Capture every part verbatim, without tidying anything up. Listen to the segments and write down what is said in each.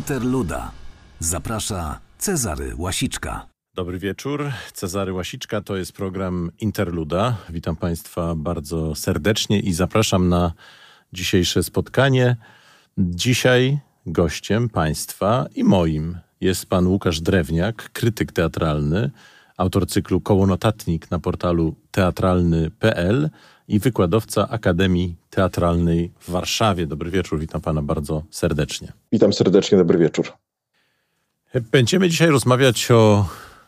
Interluda. Zaprasza Cezary Łasiczka. Dobry wieczór. Cezary Łasiczka, to jest program Interluda. Witam Państwa bardzo serdecznie i zapraszam na dzisiejsze spotkanie. Dzisiaj gościem Państwa i moim jest pan Łukasz Drewniak, krytyk teatralny, autor cyklu Kołonotatnik na portalu teatralny kropka p l i wykładowca Akademii Teatralnej w Warszawie. Dobry wieczór, witam pana bardzo serdecznie. Witam serdecznie, dobry wieczór. Będziemy dzisiaj rozmawiać o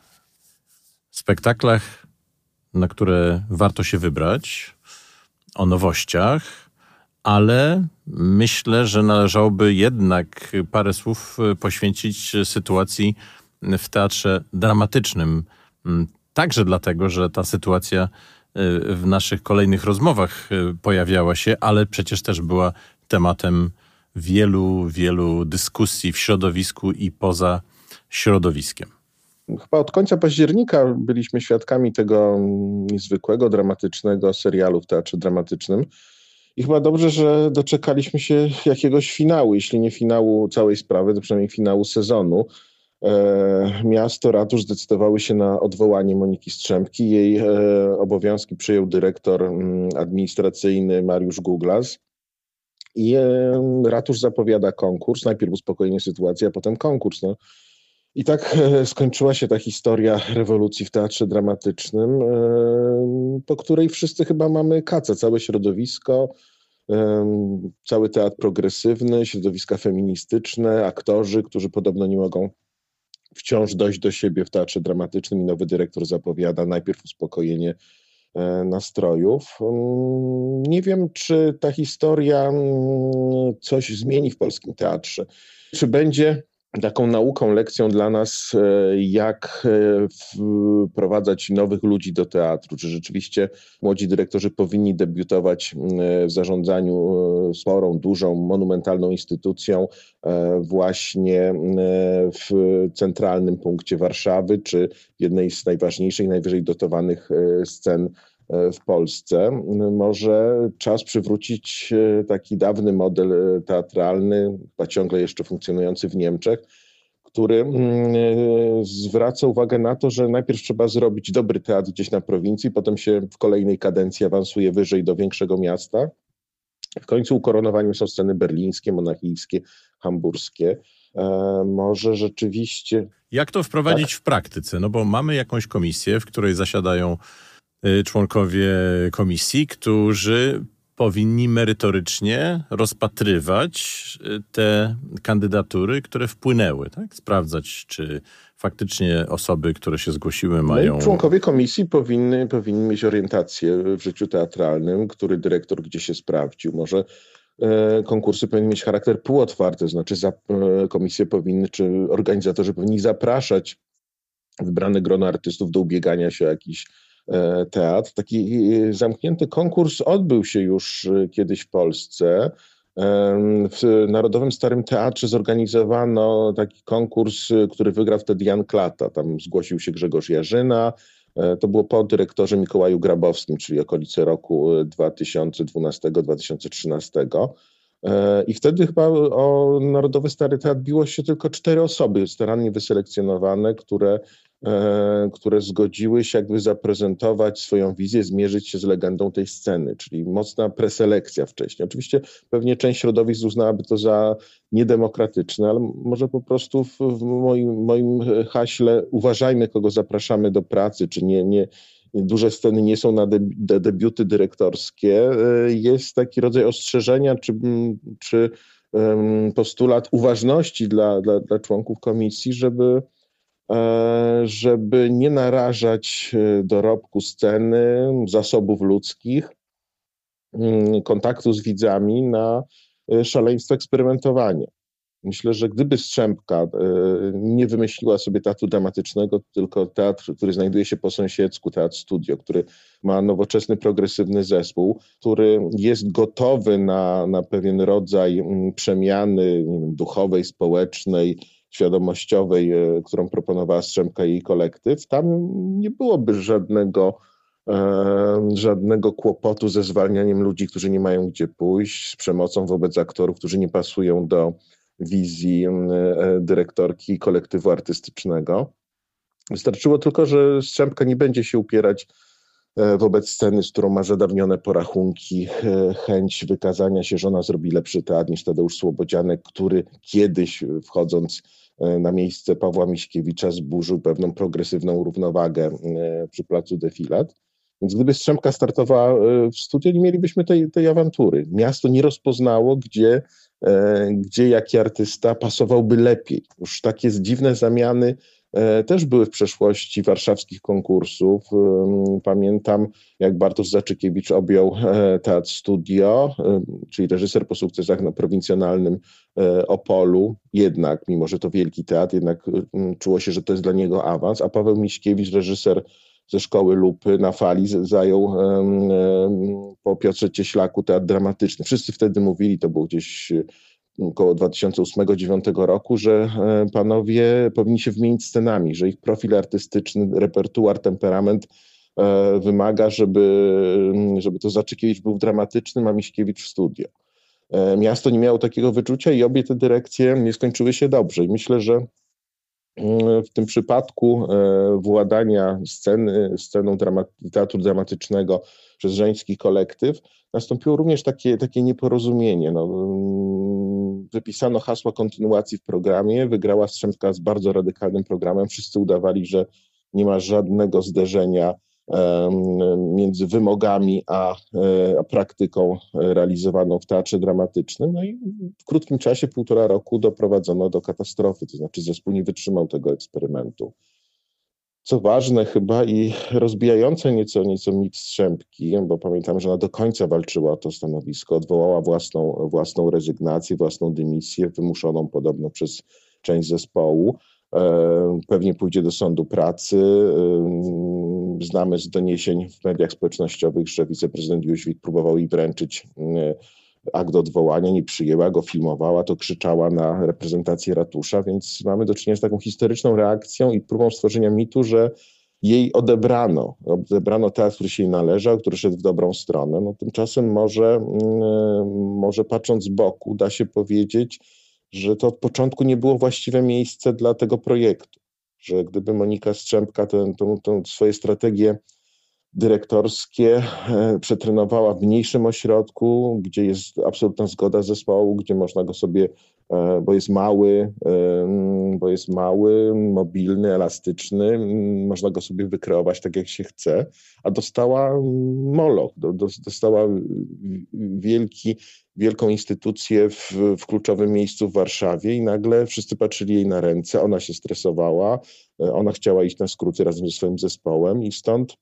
spektaklach, na które warto się wybrać, o nowościach, ale myślę, że należałoby jednak parę słów poświęcić sytuacji w teatrze dramatycznym. Także dlatego, że ta sytuacja w naszych kolejnych rozmowach pojawiała się, ale przecież też była tematem wielu, wielu dyskusji w środowisku i poza środowiskiem. Chyba od końca października byliśmy świadkami tego niezwykłego, dramatycznego serialu w teatrze dramatycznym. I chyba dobrze, że doczekaliśmy się jakiegoś finału, jeśli nie finału całej sprawy, to przynajmniej finału sezonu. Miasto, ratusz zdecydowały się na odwołanie Moniki Strzempki. Jej obowiązki przejął dyrektor administracyjny Mariusz Guglas. I ratusz zapowiada konkurs, najpierw uspokojenie sytuacji, a potem konkurs. No. I tak skończyła się ta historia rewolucji w teatrze dramatycznym, po której wszyscy chyba mamy kaca, całe środowisko, cały teatr progresywny, środowiska feministyczne, aktorzy, którzy podobno nie mogą wciąż dojść do siebie w teatrze dramatycznym i nowy dyrektor zapowiada najpierw uspokojenie nastrojów. Nie wiem, czy ta historia coś zmieni w polskim teatrze. Czy będzie taką nauką, lekcją dla nas, jak wprowadzać nowych ludzi do teatru. Czy rzeczywiście młodzi dyrektorzy powinni debiutować w zarządzaniu sporą, dużą, monumentalną instytucją właśnie w centralnym punkcie Warszawy, czy jednej z najważniejszych, najwyżej dotowanych scen w Polsce. Może czas przywrócić taki dawny model teatralny, chyba ciągle jeszcze funkcjonujący w Niemczech, który zwraca uwagę na to, że najpierw trzeba zrobić dobry teatr gdzieś na prowincji, potem się w kolejnej kadencji awansuje wyżej do większego miasta. W końcu ukoronowaniem są sceny berlińskie, monachijskie, hamburskie. Może rzeczywiście... Jak to wprowadzić tak? w praktyce? No bo mamy jakąś komisję, w której zasiadają członkowie komisji, którzy powinni merytorycznie rozpatrywać te kandydatury, które wpłynęły, tak? Sprawdzać, czy faktycznie osoby, które się zgłosiły, mają... No i członkowie komisji powinny, powinni mieć orientację w życiu teatralnym, który dyrektor gdzie się sprawdził. Może e, konkursy powinny mieć charakter półotwarty, to znaczy za, e, komisje powinny, czy organizatorzy powinni zapraszać wybrane grono artystów do ubiegania się o jakiś teatr. Taki zamknięty konkurs odbył się już kiedyś w Polsce. W Narodowym Starym Teatrze zorganizowano taki konkurs, który wygrał wtedy Jan Klata. Tam zgłosił się Grzegorz Jarzyna. To było po dyrektorze Mikołaju Grabowskim, czyli okolice roku dwa tysiące dwunastego dwa tysiące trzynastego. I wtedy chyba o Narodowy Stary Teatr biło się tylko cztery osoby starannie wyselekcjonowane, które które zgodziły się jakby zaprezentować swoją wizję, zmierzyć się z legendą tej sceny, czyli mocna preselekcja wcześniej. Oczywiście pewnie część środowisk uznałaby to za niedemokratyczne, ale może po prostu w, w moim, moim haśle uważajmy, kogo zapraszamy do pracy, czy nie, nie duże sceny nie są na de, debiuty dyrektorskie. Jest taki rodzaj ostrzeżenia, czy, czy postulat uważności dla, dla, dla członków komisji, żeby żeby nie narażać dorobku sceny, zasobów ludzkich, kontaktu z widzami na szaleństwo eksperymentowania. Myślę, że gdyby Strzempka nie wymyśliła sobie teatru dramatycznego, tylko teatr, który znajduje się po sąsiedzku, teatr studio, który ma nowoczesny, progresywny zespół, który jest gotowy na, na pewien rodzaj przemiany nie wiem, duchowej, społecznej, świadomościowej, którą proponowała Strzempka i jej kolektyw, tam nie byłoby żadnego, e, żadnego kłopotu ze zwalnianiem ludzi, którzy nie mają gdzie pójść, z przemocą wobec aktorów, którzy nie pasują do wizji dyrektorki kolektywu artystycznego. Wystarczyło tylko, że Strzempka nie będzie się upierać wobec sceny, z którą ma zadawnione porachunki, chęć wykazania się, że ona zrobi lepszy teatr niż Tadeusz Słobodzianek, który kiedyś, wchodząc na miejsce Pawła Miśkiewicza, zburzył pewną progresywną równowagę przy placu Defilat. Więc gdyby Strzempka startowała w studiu, nie mielibyśmy tej, tej awantury. Miasto nie rozpoznało, gdzie, gdzie jaki artysta pasowałby lepiej. Już takie dziwne zamiany też były w przeszłości warszawskich konkursów. Pamiętam, jak Bartosz Zaczykiewicz objął Teatr Studio, czyli reżyser po sukcesach na prowincjonalnym Opolu. Jednak, mimo że to wielki teatr, jednak czuło się, że to jest dla niego awans, a Paweł Miśkiewicz, reżyser ze Szkoły Lupy na Fali, zajął po Piotrze Cieślaku Teatr Dramatyczny. Wszyscy wtedy mówili, to było gdzieś około dwa tysiące ósmego do dwa tysiące dziewiątego roku, że panowie powinni się wymienić scenami, że ich profil artystyczny, repertuar, temperament wymaga, żeby, żeby to Zaczykiewicz był w dramatycznym, a Miśkiewicz w studio. Miasto nie miało takiego wyczucia i obie te dyrekcje nie skończyły się dobrze. I myślę, że w tym przypadku władania sceny, sceną dramat, teatru dramatycznego przez żeński kolektyw nastąpiło również takie, takie nieporozumienie. No, wypisano hasła kontynuacji w programie, wygrała Strzempka z bardzo radykalnym programem. Wszyscy udawali, że nie ma żadnego zderzenia między wymogami a, a praktyką realizowaną w teatrze dramatycznym. No i w krótkim czasie, półtora roku, doprowadzono do katastrofy, to znaczy zespół nie wytrzymał tego eksperymentu. Co ważne chyba i rozbijające nieco, nieco mit Strzempki, bo pamiętam, że ona do końca walczyła o to stanowisko, odwołała własną, własną rezygnację, własną dymisję, wymuszoną podobno przez część zespołu. Pewnie pójdzie do sądu pracy. Znamy z doniesień w mediach społecznościowych, że wiceprezydent Jóźwik próbował jej wręczyć akt odwołania, nie przyjęła go, filmowała to, krzyczała na reprezentację ratusza, więc mamy do czynienia z taką historyczną reakcją i próbą stworzenia mitu, że jej odebrano. Odebrano teatr, który się jej należał, który szedł w dobrą stronę. No, tymczasem może, może patrząc z boku da się powiedzieć, że to od początku nie było właściwe miejsce dla tego projektu. Że gdyby Monika Strzempka tę, tę, tę swoje strategie dyrektorskie przetrenowała w mniejszym ośrodku, gdzie jest absolutna zgoda zespołu, gdzie można go sobie, bo jest mały, bo jest mały, mobilny, elastyczny, można go sobie wykreować tak, jak się chce, a dostała moloch, dostała wielki, wielką instytucję w, w kluczowym miejscu w Warszawie i nagle wszyscy patrzyli jej na ręce, ona się stresowała, ona chciała iść na skróty razem ze swoim zespołem i stąd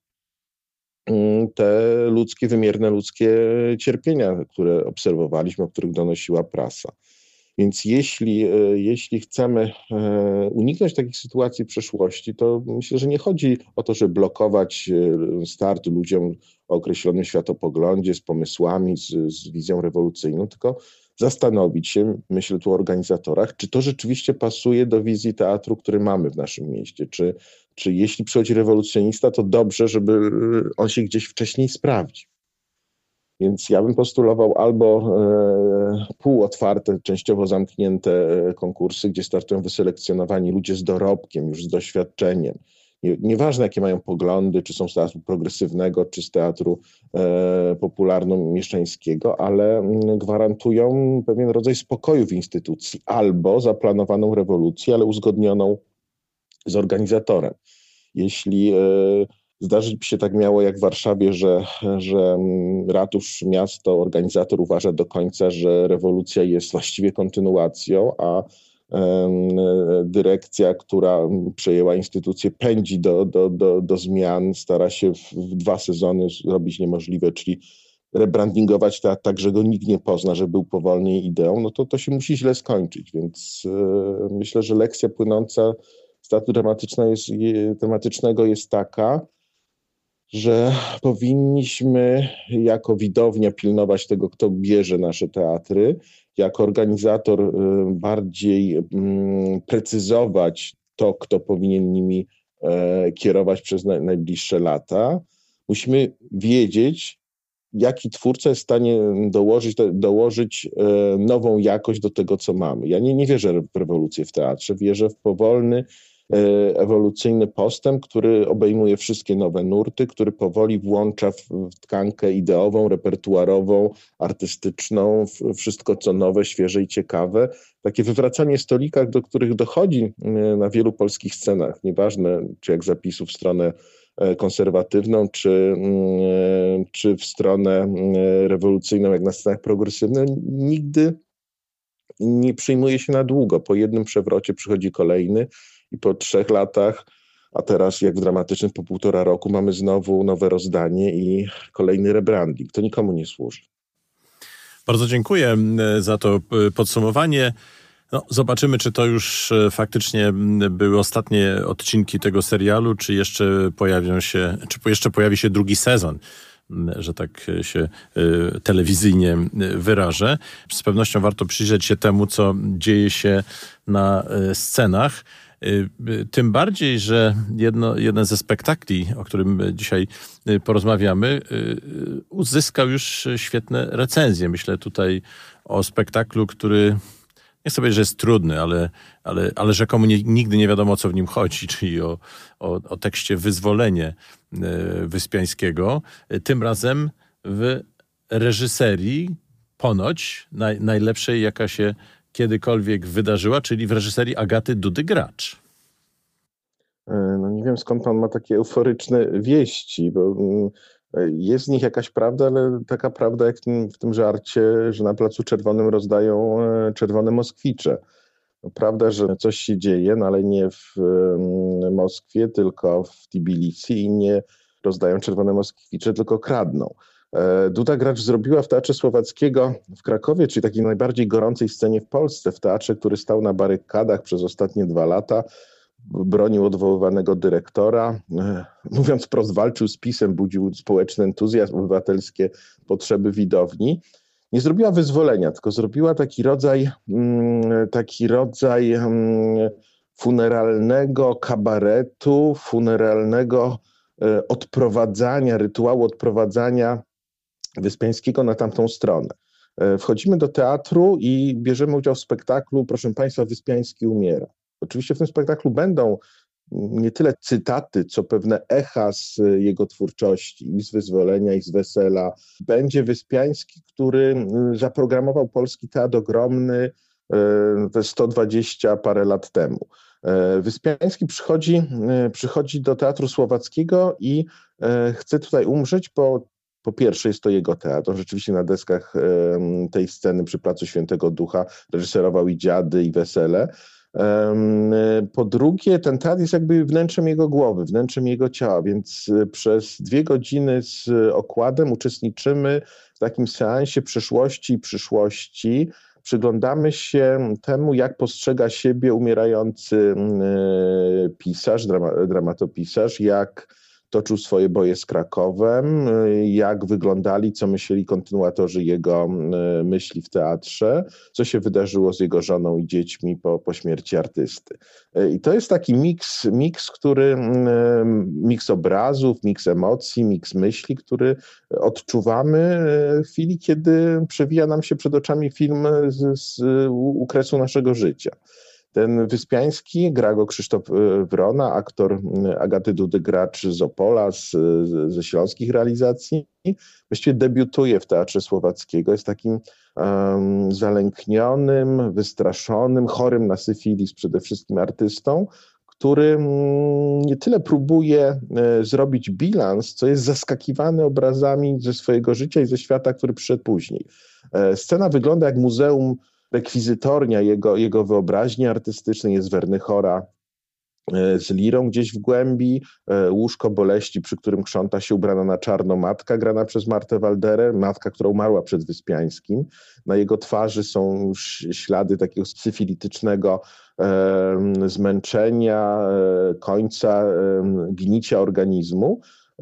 te ludzkie, wymierne ludzkie cierpienia, które obserwowaliśmy, o których donosiła prasa. Więc jeśli, jeśli chcemy uniknąć takich sytuacji w przyszłości, to myślę, że nie chodzi o to, żeby blokować start ludziom o określonym światopoglądzie, z pomysłami, z, z wizją rewolucyjną, tylko zastanowić się, myślę tu o organizatorach, czy to rzeczywiście pasuje do wizji teatru, który mamy w naszym mieście, czy Czy jeśli przychodzi rewolucjonista, to dobrze, żeby on się gdzieś wcześniej sprawdził. Więc ja bym postulował albo e, półotwarte, częściowo zamknięte konkursy, gdzie startują wyselekcjonowani ludzie z dorobkiem, już z doświadczeniem. Nie, nieważne, jakie mają poglądy, czy są z teatru progresywnego, czy z teatru e, popularno-mieszczańskiego, ale gwarantują pewien rodzaj spokoju w instytucji albo zaplanowaną rewolucję, ale uzgodnioną z organizatorem. Jeśli e, zdarzyć by się tak miało jak w Warszawie, że, że ratusz, miasto, organizator uważa do końca, że rewolucja jest właściwie kontynuacją, a e, dyrekcja, która przejęła instytucję, pędzi do, do, do, do zmian, stara się w, w dwa sezony zrobić niemożliwe, czyli rebrandingować teatr tak, że go nikt nie pozna, że był powolnie ideą, no to to się musi źle skończyć. Więc e, myślę, że lekcja płynąca z teatru dramatycznego jest, dramatycznego jest taka, że powinniśmy jako widownia pilnować tego, kto bierze nasze teatry, jako organizator bardziej precyzować to, kto powinien nimi kierować przez najbliższe lata. Musimy wiedzieć, jaki twórca jest w stanie dołożyć, dołożyć nową jakość do tego, co mamy. Ja nie, nie wierzę w rewolucję w teatrze, wierzę w powolny, ewolucyjny postęp, który obejmuje wszystkie nowe nurty, który powoli włącza w, w tkankę ideową, repertuarową, artystyczną, wszystko co nowe, świeże i ciekawe. Takie wywracanie stolika, do których dochodzi na wielu polskich scenach, nieważne czy jak zapisu w stronę konserwatywną, czy, czy w stronę rewolucyjną, jak na scenach progresywnych, nigdy nie przyjmuje się na długo. Po jednym przewrocie przychodzi kolejny i po trzech latach, a teraz jak w dramatycznym po półtora roku mamy znowu nowe rozdanie i kolejny rebranding. To nikomu nie służy. Bardzo dziękuję za to podsumowanie. No, zobaczymy, czy to już faktycznie były ostatnie odcinki tego serialu, czy jeszcze pojawią się, czy jeszcze pojawi się drugi sezon, że tak się telewizyjnie wyrażę. Z pewnością warto przyjrzeć się temu, co dzieje się na scenach. Tym bardziej, że jedno, jeden ze spektakli, o którym dzisiaj porozmawiamy, uzyskał już świetne recenzje. Myślę tutaj o spektaklu, który, nie chcę powiedzieć, że jest trudny, ale, ale, ale rzekomo nie, nigdy nie wiadomo, o co w nim chodzi, czyli o, o, o tekście Wyzwolenie Wyspiańskiego. Tym razem w reżyserii ponoć naj, najlepszej, jaka się kiedykolwiek wydarzyła, czyli w reżyserii Agaty Dudy-Gracz. No nie wiem, skąd pan ma takie euforyczne wieści, bo jest w nich jakaś prawda, ale taka prawda jak w tym żarcie, że na Placu Czerwonym rozdają czerwone moskwicze. No, prawda, że coś się dzieje, no ale nie w Moskwie, tylko w Tbilisi i nie rozdają czerwone moskwicze, tylko kradną. Duda Gracz zrobiła w Teatrze Słowackiego w Krakowie, czyli takiej najbardziej gorącej scenie w Polsce, w teatrze, który stał na barykadach przez ostatnie dwa lata, bronił odwoływanego dyrektora, mówiąc wprost, walczył z PiS-em, budził społeczny entuzjazm, obywatelskie potrzeby widowni. Nie zrobiła wyzwolenia, tylko zrobiła taki rodzaj, taki rodzaj funeralnego kabaretu, funeralnego odprowadzania, rytuału odprowadzania Wyspiańskiego na tamtą stronę. Wchodzimy do teatru i bierzemy udział w spektaklu, proszę Państwa, Wyspiański umiera. Oczywiście w tym spektaklu będą nie tyle cytaty, co pewne echa z jego twórczości, i z Wyzwolenia, i z Wesela. Będzie Wyspiański, który zaprogramował polski teatr ogromny te sto dwadzieścia parę lat temu. Wyspiański przychodzi, przychodzi do Teatru Słowackiego i chce tutaj umrzeć, bo po pierwsze jest to jego teatr. On rzeczywiście na deskach tej sceny przy Placu Świętego Ducha reżyserował i Dziady, i Wesele. Po drugie, ten teatr jest jakby wnętrzem jego głowy, wnętrzem jego ciała, więc przez dwie godziny z okładem uczestniczymy w takim seansie przeszłości i przyszłości. Przyglądamy się temu, jak postrzega siebie umierający pisarz, drama, dramatopisarz, jak toczył swoje boje z Krakowem, jak wyglądali, co myśleli kontynuatorzy jego myśli w teatrze, co się wydarzyło z jego żoną i dziećmi po, po śmierci artysty. I to jest taki miks, miks, który, miks obrazów, miks emocji, miks myśli, który odczuwamy w chwili, kiedy przewija nam się przed oczami film z, z ukresu naszego życia. Ten Wyspiański, gra go Krzysztof Wrona, aktor Agaty Dudy-Gracz z Opola, z, ze śląskich realizacji. Właściwie debiutuje w Teatrze Słowackiego. Jest takim um, zalęknionym, wystraszonym, chorym na syfilis przede wszystkim artystą, który nie tyle próbuje zrobić bilans, co jest zaskakiwany obrazami ze swojego życia i ze świata, który przyszedł później. Scena wygląda jak muzeum, rekwizytornia jego, jego wyobraźni artystycznej, jest Wernychora z lirą gdzieś w głębi, łóżko boleści, przy którym krząta się ubrana na czarno matka, grana przez Martę Walderę, matka, która umarła przed Wyspiańskim. Na jego twarzy są już ślady takiego syfilitycznego e, zmęczenia, e, końca e, gnicia organizmu.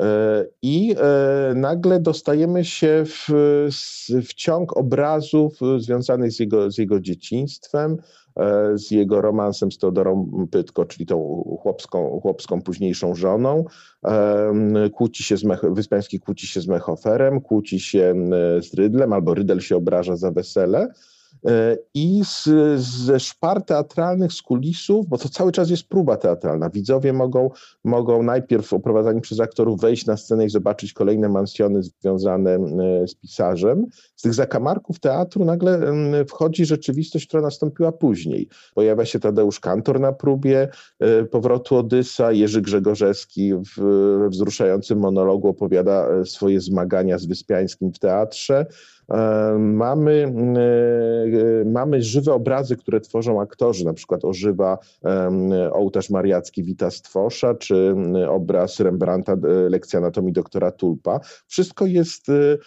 I nagle dostajemy się w, w ciąg obrazów związanych z jego, z jego dzieciństwem, z jego romansem z Teodorą Pytko, czyli tą chłopską, chłopską późniejszą żoną. Kłóci się z Mech- Wyspiański kłóci się z Mehoferem, kłóci się z Rydlem, albo Rydel się obraża za wesele. I z, ze szpar teatralnych, z kulisów, bo to cały czas jest próba teatralna. Widzowie mogą, mogą najpierw oprowadzani przez aktorów wejść na scenę i zobaczyć kolejne mansjony związane z pisarzem. Z tych zakamarków teatru nagle wchodzi rzeczywistość, która nastąpiła później. Pojawia się Tadeusz Kantor na próbie powrotu Odysa, Jerzy Grzegorzewski w wzruszającym monologu opowiada swoje zmagania z Wyspiańskim w teatrze. Mamy, mamy żywe obrazy, które tworzą aktorzy, na przykład ożywa ołtarz mariacki Wita Stwosza, czy obraz Rembrandta Lekcja anatomii doktora Tulpa. Wszystko jest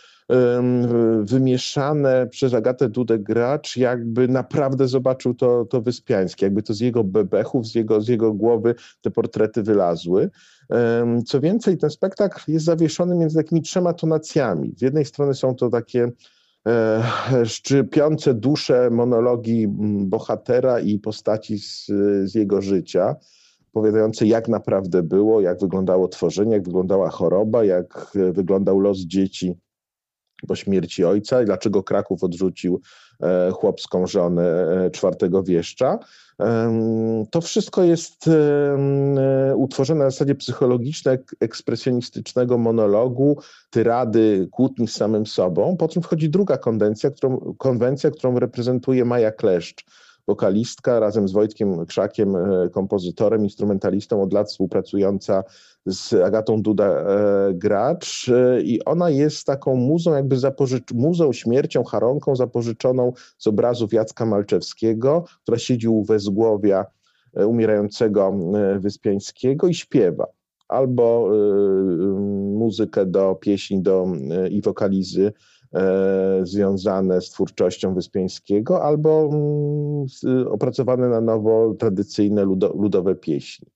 wymieszane przez Agatę Dudę-Gracz, jakby naprawdę zobaczył to, to Wyspiański, jakby to z jego bebechów, z jego, z jego głowy te portrety wylazły. Co więcej, ten spektakl jest zawieszony między takimi trzema tonacjami. Z jednej strony są to takie e, szczypiące duszę monologi bohatera i postaci z, z jego życia, opowiadające jak naprawdę było, jak wyglądało tworzenie, jak wyglądała choroba, jak wyglądał los dzieci po śmierci ojca i dlaczego Kraków odrzucił e, chłopską żonę e, czwartego wieszcza. To wszystko jest utworzone na zasadzie psychologiczno-ekspresjonistycznego monologu, tyrady, kłótni z samym sobą. Po czym wchodzi druga konwencja, którą, konwencja, którą reprezentuje Maja Kleszcz, wokalistka, razem z Wojtkiem Krzakiem, kompozytorem, instrumentalistą, od lat współpracująca z Agatą Dudę-Gracz, i ona jest taką muzą, jakby zapożycz- muzą, śmiercią, charonką zapożyczoną z obrazów Jacka Malczewskiego, która siedzi u wezgłowia umierającego Wyspiańskiego i śpiewa. Albo y, muzykę do pieśni do, y, i wokalizy związane z twórczością Wyspiańskiego, albo opracowane na nowo tradycyjne ludowe pieśni.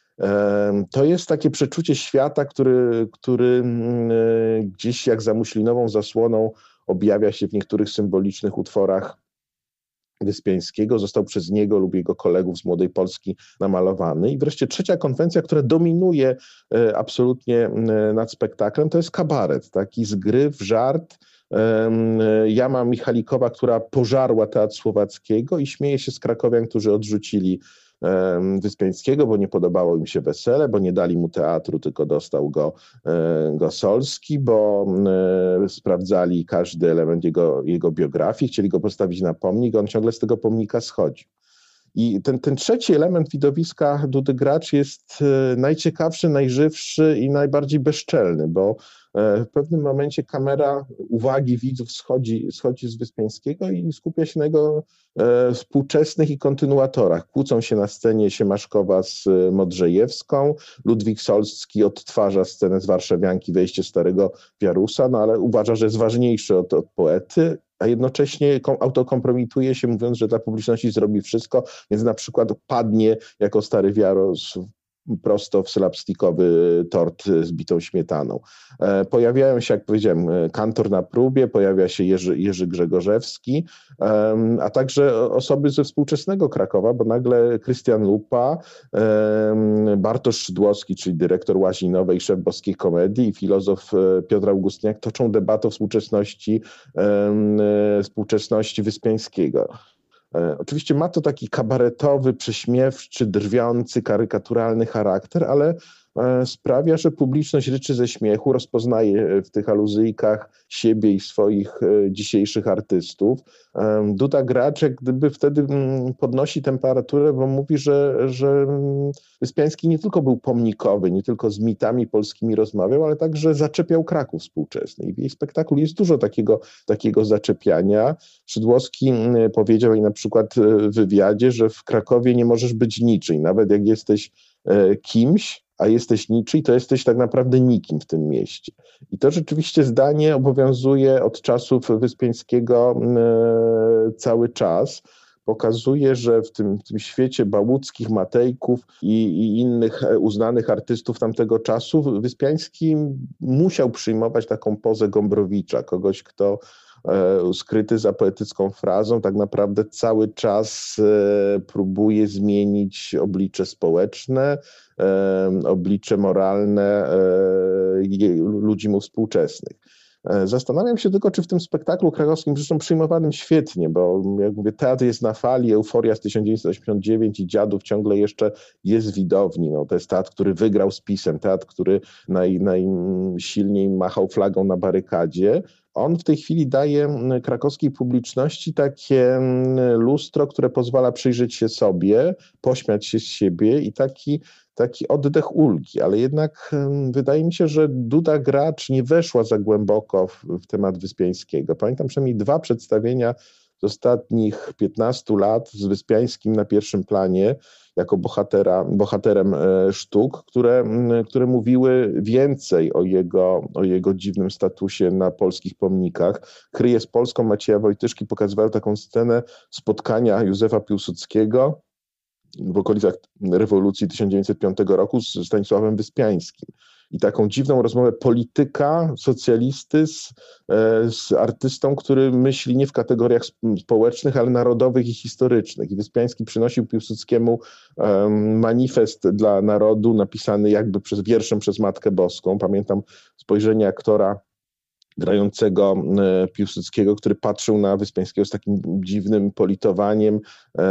To jest takie przeczucie świata, który, który gdzieś jak za muślinową zasłoną objawia się w niektórych symbolicznych utworach Wyspiańskiego, został przez niego lub jego kolegów z Młodej Polski namalowany. I wreszcie trzecia konwencja, która dominuje absolutnie nad spektaklem, to jest kabaret, taki zgryw, żart. Jama Michalikowa, która pożarła Teatr Słowackiego i śmieje się z krakowian, którzy odrzucili Wyspiańskiego, bo nie podobało im się wesele, bo nie dali mu teatru, tylko dostał go, go Solski, bo sprawdzali każdy element jego, jego biografii, chcieli go postawić na pomnik, on ciągle z tego pomnika schodził. I ten, ten trzeci element widowiska Dudy-Gracz jest najciekawszy, najżywszy i najbardziej bezczelny, bo w pewnym momencie kamera uwagi widzów schodzi, schodzi z Wyspiańskiego i skupia się na jego e, współczesnych i kontynuatorach. Kłócą się na scenie Siemaszkowa z Modrzejewską, Ludwik Solski odtwarza scenę z Warszawianki, wejście Starego Wiarusa, no ale uważa, że jest ważniejszy od, od poety, a jednocześnie autokompromituje się, mówiąc, że dla publiczności zrobi wszystko, więc na przykład padnie jako Stary Wiarus prosto w slapstickowy tort z bitą śmietaną. Pojawiają się, jak powiedziałem, Kantor na próbie, pojawia się Jerzy, Jerzy Grzegorzewski, a także osoby ze współczesnego Krakowa, bo nagle Krystian Lupa, Bartosz Szydłowski, czyli dyrektor Łazinowej, szef Boskiej Komedii, i filozof Piotr Augustyniak toczą debatę o współczesności, współczesności Wyspiańskiego. Oczywiście ma to taki kabaretowy, prześmiewczy, drwiący, karykaturalny charakter, ale sprawia, że publiczność ryczy ze śmiechu, rozpoznaje w tych aluzyjkach siebie i swoich dzisiejszych artystów. Duda-Gracz jak gdyby wtedy podnosi temperaturę, bo mówi, że, że Wyspiański nie tylko był pomnikowy, nie tylko z mitami polskimi rozmawiał, ale także zaczepiał Kraków współczesny. I w jej spektaklu jest dużo takiego, takiego zaczepiania. Szydłowski powiedział jej na przykład w wywiadzie, że w Krakowie nie możesz być niczyj, nawet jak jesteś kimś, a jesteś niczyj, to jesteś tak naprawdę nikim w tym mieście. I to rzeczywiście zdanie obowiązuje od czasów Wyspiańskiego cały czas. Pokazuje, że w tym, w tym świecie Bałuckich, Matejków i, i innych uznanych artystów tamtego czasu Wyspiański musiał przyjmować taką pozę Gombrowicza, kogoś, kto e, skryty za poetycką frazą, tak naprawdę cały czas e, próbuje zmienić oblicze społeczne, e, oblicze moralne e, ludzi mu współczesnych. Zastanawiam się tylko, czy w tym spektaklu krakowskim, zresztą przyjmowanym świetnie, bo jak mówię, teatr jest na fali, euforia z tysiąc dziewięćset osiemdziesiąt dziewięć i Dziadów ciągle jeszcze jest w widowni. No, to jest teatr, który wygrał z PiS-em, teatr, który naj, najsilniej machał flagą na barykadzie. On w tej chwili daje krakowskiej publiczności takie lustro, które pozwala przyjrzeć się sobie, pośmiać się z siebie i taki taki oddech ulgi, ale jednak wydaje mi się, że Duda Gracz nie weszła za głęboko w, w temat Wyspiańskiego. Pamiętam przynajmniej dwa przedstawienia z ostatnich piętnastu lat z Wyspiańskim na pierwszym planie jako bohatera, bohaterem sztuk, które, które mówiły więcej o jego, o jego dziwnym statusie na polskich pomnikach. Kryje z Polską Macieja Wojtyszki pokazywały taką scenę spotkania Józefa Piłsudskiego w okolicach rewolucji tysiąc dziewięćset piątego roku z Stanisławem Wyspiańskim. I taką dziwną rozmowę polityka, socjalisty z, z artystą, który myśli nie w kategoriach społecznych, ale narodowych i historycznych. I Wyspiański przynosił Piłsudskiemu um, manifest dla narodu, napisany jakby przez wierszem przez Matkę Boską. Pamiętam spojrzenie aktora grającego Piłsudskiego, który patrzył na Wyspiańskiego z takim dziwnym politowaniem,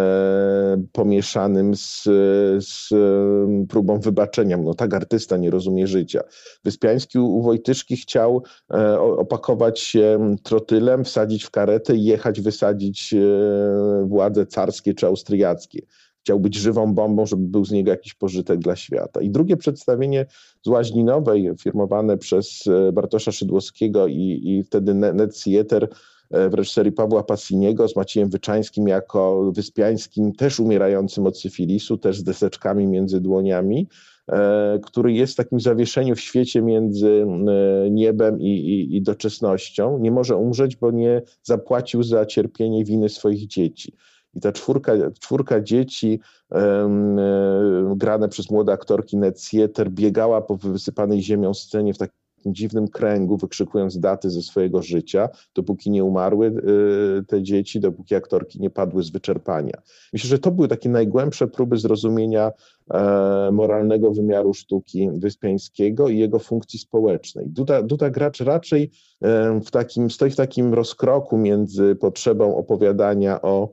e, pomieszanym z, z próbą wybaczenia. No tak artysta nie rozumie życia. Wyspiański u Wojtyszki chciał e, opakować się trotylem, wsadzić w karetę i jechać wysadzić e, władze carskie czy austriackie. Chciał być żywą bombą, żeby był z niego jakiś pożytek dla świata. I drugie przedstawienie z Łaźninowej, firmowane przez Bartosza Szydłowskiego i, i wtedy Net Theater w reżyserii Pawła Passiniego z Maciejem Wyczańskim jako Wyspiańskim, też umierającym od syfilisu, też z deseczkami między dłoniami, e, który jest w takim zawieszeniu w świecie między e, niebem i, i, i doczesnością. Nie może umrzeć, bo nie zapłacił za cierpienie winy swoich dzieci. I ta czwórka, czwórka dzieci um, e, grane przez młode aktorki Net Theater biegała po wysypanej ziemią scenie w takim dziwnym kręgu, wykrzykując daty ze swojego życia, dopóki nie umarły y, te dzieci, dopóki aktorki nie padły z wyczerpania. Myślę, że to były takie najgłębsze próby zrozumienia e, moralnego wymiaru sztuki Wyspiańskiego i jego funkcji społecznej. Duda, Duda Gracz raczej e, w takim, stoi w takim rozkroku między potrzebą opowiadania o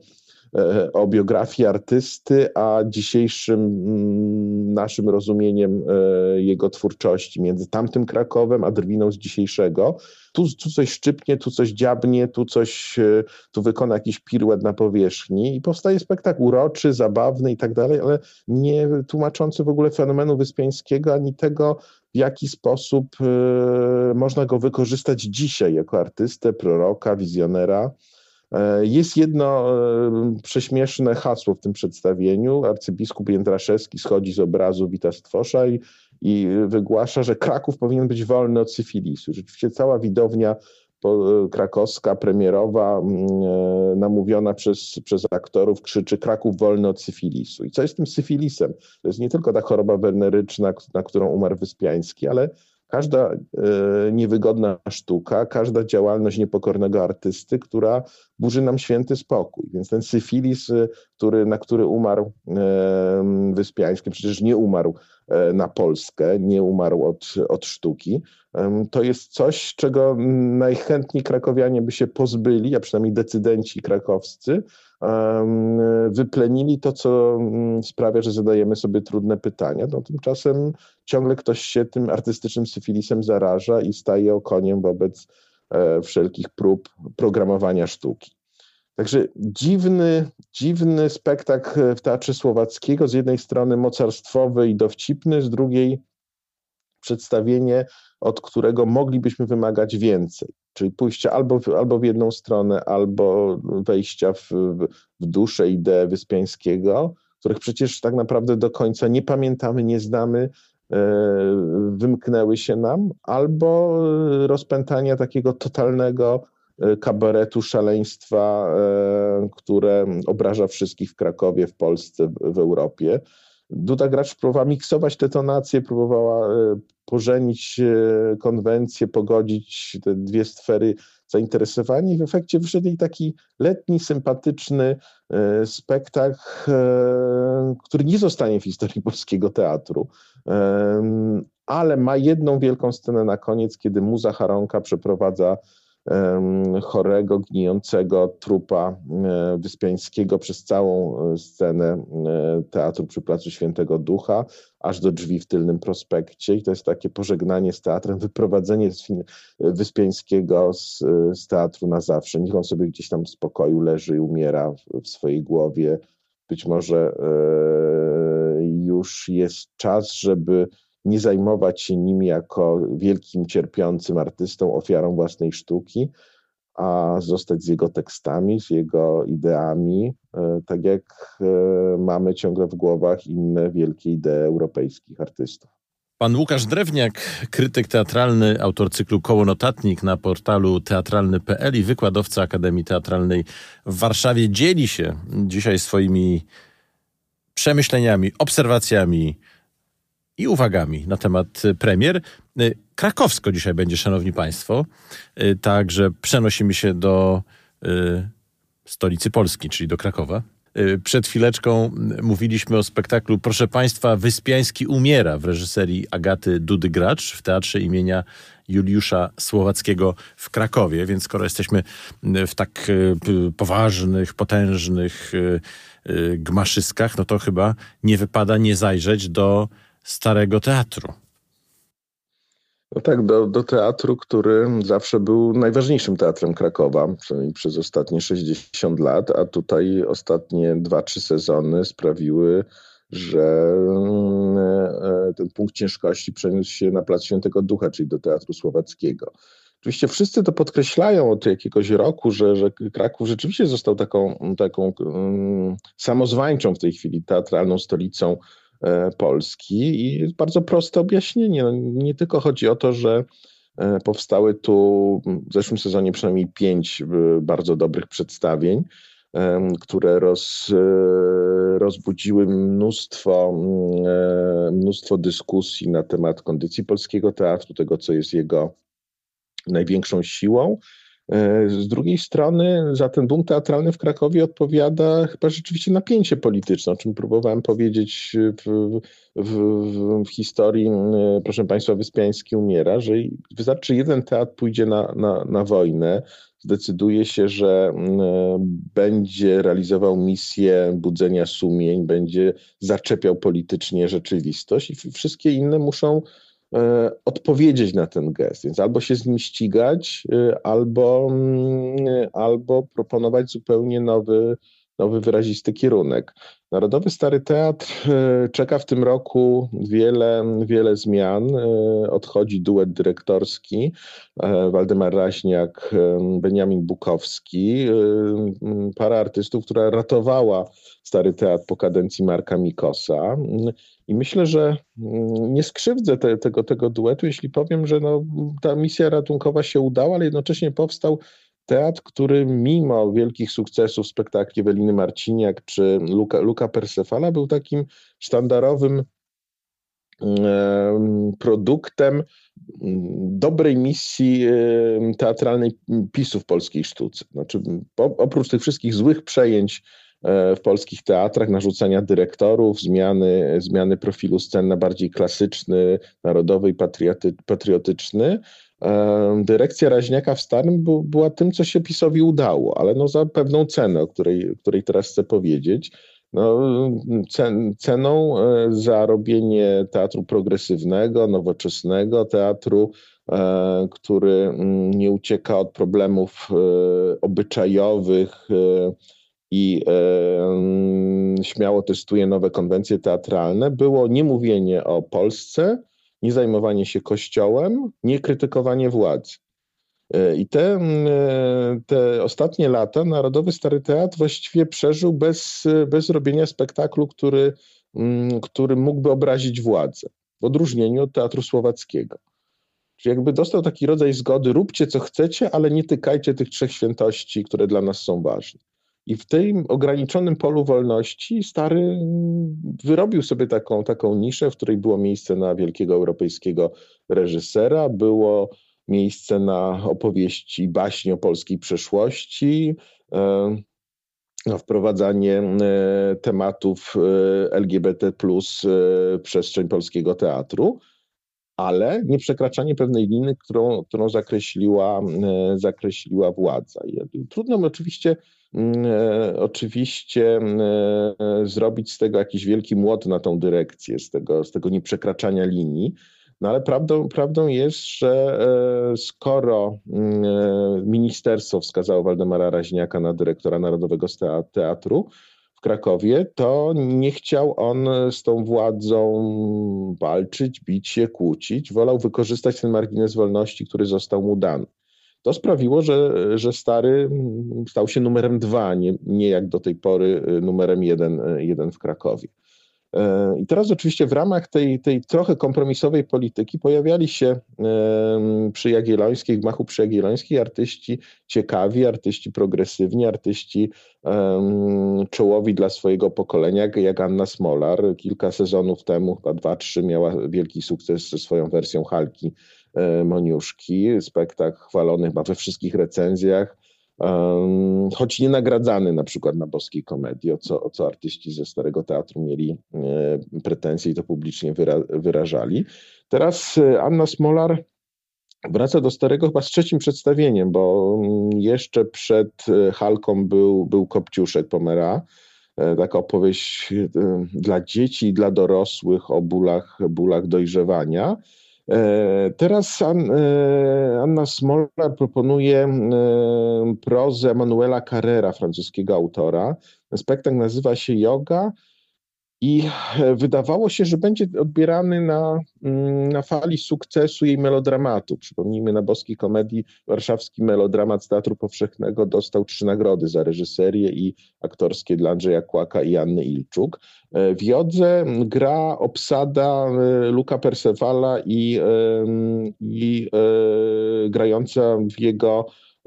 o biografii artysty, a dzisiejszym naszym rozumieniem jego twórczości, między tamtym Krakowem, a drwiną z dzisiejszego. Tu, tu coś szczypnie, tu coś dziabnie, tu coś, tu wykona jakiś piruet na powierzchni i powstaje spektakl uroczy, zabawny i tak dalej, ale nie tłumaczący w ogóle fenomenu Wyspiańskiego, ani tego, w jaki sposób można go wykorzystać dzisiaj jako artystę, proroka, wizjonera. Jest jedno prześmieszne hasło w tym przedstawieniu. Arcybiskup Jędraszewski schodzi z obrazu Wita Stwosza i, i wygłasza, że Kraków powinien być wolny od syfilisu. Rzeczywiście cała widownia krakowska, premierowa, namówiona przez, przez aktorów, krzyczy: Kraków wolny od syfilisu. I co jest tym syfilisem? To jest nie tylko ta choroba weneryczna, na którą umarł Wyspiański, ale każda e, niewygodna sztuka, każda działalność niepokornego artysty, która burzy nam święty spokój. Więc ten syfilis, który, na który umarł e, Wyspiański, przecież nie umarł e, na Polskę, nie umarł od, od sztuki, e, to jest coś, czego najchętniej krakowianie by się pozbyli, a przynajmniej decydenci krakowscy, wyplenili to, co sprawia, że zadajemy sobie trudne pytania. No, tymczasem ciągle ktoś się tym artystycznym syfilisem zaraża i staje okoniem wobec e, wszelkich prób programowania sztuki. Także dziwny, dziwny spektakl w Teatrze Słowackiego, z jednej strony mocarstwowy i dowcipny, z drugiej przedstawienie, od którego moglibyśmy wymagać więcej. Czyli pójścia albo w, albo w jedną stronę, albo wejścia w, w duszę idei Wyspiańskiego, których przecież tak naprawdę do końca nie pamiętamy, nie znamy, e, wymknęły się nam, albo rozpętania takiego totalnego kabaretu, szaleństwa, e, które obraża wszystkich w Krakowie, w Polsce, w, w Europie. Duda Gracz próbowała miksować te tonacje, próbowała pożenić konwencję, pogodzić te dwie sfery zainteresowania i w efekcie wyszedł jej taki letni, sympatyczny spektakl, który nie zostanie w historii polskiego teatru, ale ma jedną wielką scenę na koniec, kiedy Muza Charonka przeprowadza chorego, gnijącego trupa Wyspiańskiego przez całą scenę teatru przy Placu Świętego Ducha, aż do drzwi w Tylnym Prospekcie. I to jest takie pożegnanie z teatrem, wyprowadzenie Wyspiańskiego z, z teatru na zawsze. Niech on sobie gdzieś tam w spokoju leży i umiera w, w swojej głowie. Być może e, już jest czas, żeby nie zajmować się nim jako wielkim, cierpiącym artystą, ofiarą własnej sztuki, a zostać z jego tekstami, z jego ideami, tak jak mamy ciągle w głowach inne wielkie idee europejskich artystów. Pan Łukasz Drewniak, krytyk teatralny, autor cyklu Koło Notatnik na portalu teatralny kropka p l i wykładowca Akademii Teatralnej w Warszawie, dzieli się dzisiaj swoimi przemyśleniami, obserwacjami i uwagami na temat premier. Krakowsko dzisiaj będzie, szanowni państwo. Także przenosimy się do y, stolicy Polski, czyli do Krakowa. Y, przed chwileczką mówiliśmy o spektaklu, proszę państwa, Wyspiański umiera w reżyserii Agaty Dudy-Gracz w Teatrze imienia Juliusza Słowackiego w Krakowie. Więc skoro jesteśmy w tak y, poważnych, potężnych y, y, gmaszyskach, no to chyba nie wypada nie zajrzeć do Starego Teatru. No tak, do, do teatru, który zawsze był najważniejszym teatrem Krakowa, przynajmniej przez ostatnie sześćdziesiąt lat, a tutaj ostatnie dwa, trzy sezony sprawiły, że ten punkt ciężkości przeniósł się na Plac Świętego Ducha, czyli do Teatru Słowackiego. Oczywiście wszyscy to podkreślają od jakiegoś roku, że, że Kraków rzeczywiście został taką, taką um, samozwańczą w tej chwili teatralną stolicą Polski i jest bardzo proste objaśnienie. No, nie tylko chodzi o to, że powstały tu w zeszłym sezonie przynajmniej pięć bardzo dobrych przedstawień, które roz, rozbudziły mnóstwo, mnóstwo dyskusji na temat kondycji polskiego teatru, tego, co jest jego największą siłą. Z drugiej strony za ten boom teatralny w Krakowie odpowiada chyba rzeczywiście napięcie polityczne, o czym próbowałem powiedzieć w, w, w historii, proszę państwa, Wyspiański umiera, że wystarczy jeden teatr pójdzie na, na, na wojnę, zdecyduje się, że będzie realizował misję budzenia sumień, będzie zaczepiał politycznie rzeczywistość i wszystkie inne muszą odpowiedzieć na ten gest, więc albo się z nim ścigać, albo, albo proponować zupełnie nowy, nowy wyrazisty kierunek. Narodowy Stary Teatr czeka w tym roku wiele, wiele zmian. Odchodzi duet dyrektorski, Waldemar Raźniak, Beniamin Bukowski, para artystów, która ratowała Stary Teatr po kadencji Marka Mikosa. I myślę, że nie skrzywdzę te, tego, tego duetu, jeśli powiem, że no, ta misja ratunkowa się udała, ale jednocześnie powstał teatr, który mimo wielkich sukcesów spektakli Eweliny Marciniak czy Luka, Luka Persefala był takim sztandarowym produktem dobrej misji teatralnej PiSu w polskiej sztuce. Znaczy, oprócz tych wszystkich złych przejęć w polskich teatrach, narzucania dyrektorów, zmiany, zmiany profilu scen na bardziej klasyczny, narodowy i patrioty, patriotyczny, dyrekcja Raźniaka w Starym bu, była tym, co się PiSowi udało, ale no za pewną cenę, o której, której teraz chcę powiedzieć. No, cen, ceną za robienie teatru progresywnego, nowoczesnego, teatru, e, który nie ucieka od problemów e, obyczajowych e, i e, śmiało testuje nowe konwencje teatralne, było nie mówienie o Polsce, nie zajmowanie się Kościołem, nie krytykowanie władzy. I te, te ostatnie lata Narodowy Stary Teatr właściwie przeżył bez, bez robienia spektaklu, który, który mógłby obrazić władzę, w odróżnieniu od Teatru Słowackiego. Czyli jakby dostał taki rodzaj zgody, róbcie co chcecie, ale nie tykajcie tych trzech świętości, które dla nas są ważne. I w tym ograniczonym polu wolności Stary wyrobił sobie taką, taką niszę, w której było miejsce na wielkiego europejskiego reżysera, było miejsce na opowieści, baśnie o polskiej przeszłości, na wprowadzanie tematów L G B T plus w przestrzeń polskiego teatru, ale nie przekraczanie pewnej linii, którą, którą zakreśliła, zakreśliła władza. I trudno mi oczywiście, oczywiście zrobić z tego jakiś wielki młot na tą dyrekcję, z tego, z tego nieprzekraczania linii. No ale prawdą, prawdą jest, że skoro ministerstwo wskazało Waldemara Raźniaka na dyrektora Narodowego Teatru w Krakowie, to nie chciał on z tą władzą walczyć, bić się, kłócić. Wolał wykorzystać ten margines wolności, który został mu dany. To sprawiło, że, że Stary stał się numerem dwa, nie, nie jak do tej pory numerem jeden, jeden w Krakowie. I teraz oczywiście w ramach tej, tej trochę kompromisowej polityki pojawiali się przy Jagiellońskiej, w gmachu przy Jagiellońskiej artyści ciekawi, artyści progresywni, artyści czołowi dla swojego pokolenia, jak Anna Smolar. Kilka sezonów temu, chyba dwa, trzy, miała wielki sukces ze swoją wersją Halki Moniuszki. Spektakl chwalony chyba we wszystkich recenzjach. Um, choć nie nagradzany na przykład na Boskiej Komedii, o co, o co artyści ze Starego Teatru mieli e, pretensje i to publicznie wyra, wyrażali. Teraz e, Anna Smolar wraca do Starego chyba z trzecim przedstawieniem, bo jeszcze przed Halką był, był Kopciuszek Pomera, e, taka opowieść e, dla dzieci i dla dorosłych o bólach, bólach dojrzewania. Teraz Anna Smolar proponuje prozę Emanuela Carrera, francuskiego autora. Spektakl nazywa się Yoga i wydawało się, że będzie odbierany na, na fali sukcesu jej melodramatu. Przypomnijmy, na Boskiej Komedii warszawski melodramat z Teatru Powszechnego dostał trzy nagrody za reżyserię i aktorskie dla Andrzeja Kłaka i Anny Ilczuk. W Jodze gra obsada Luca Percevalla i, i grająca w jego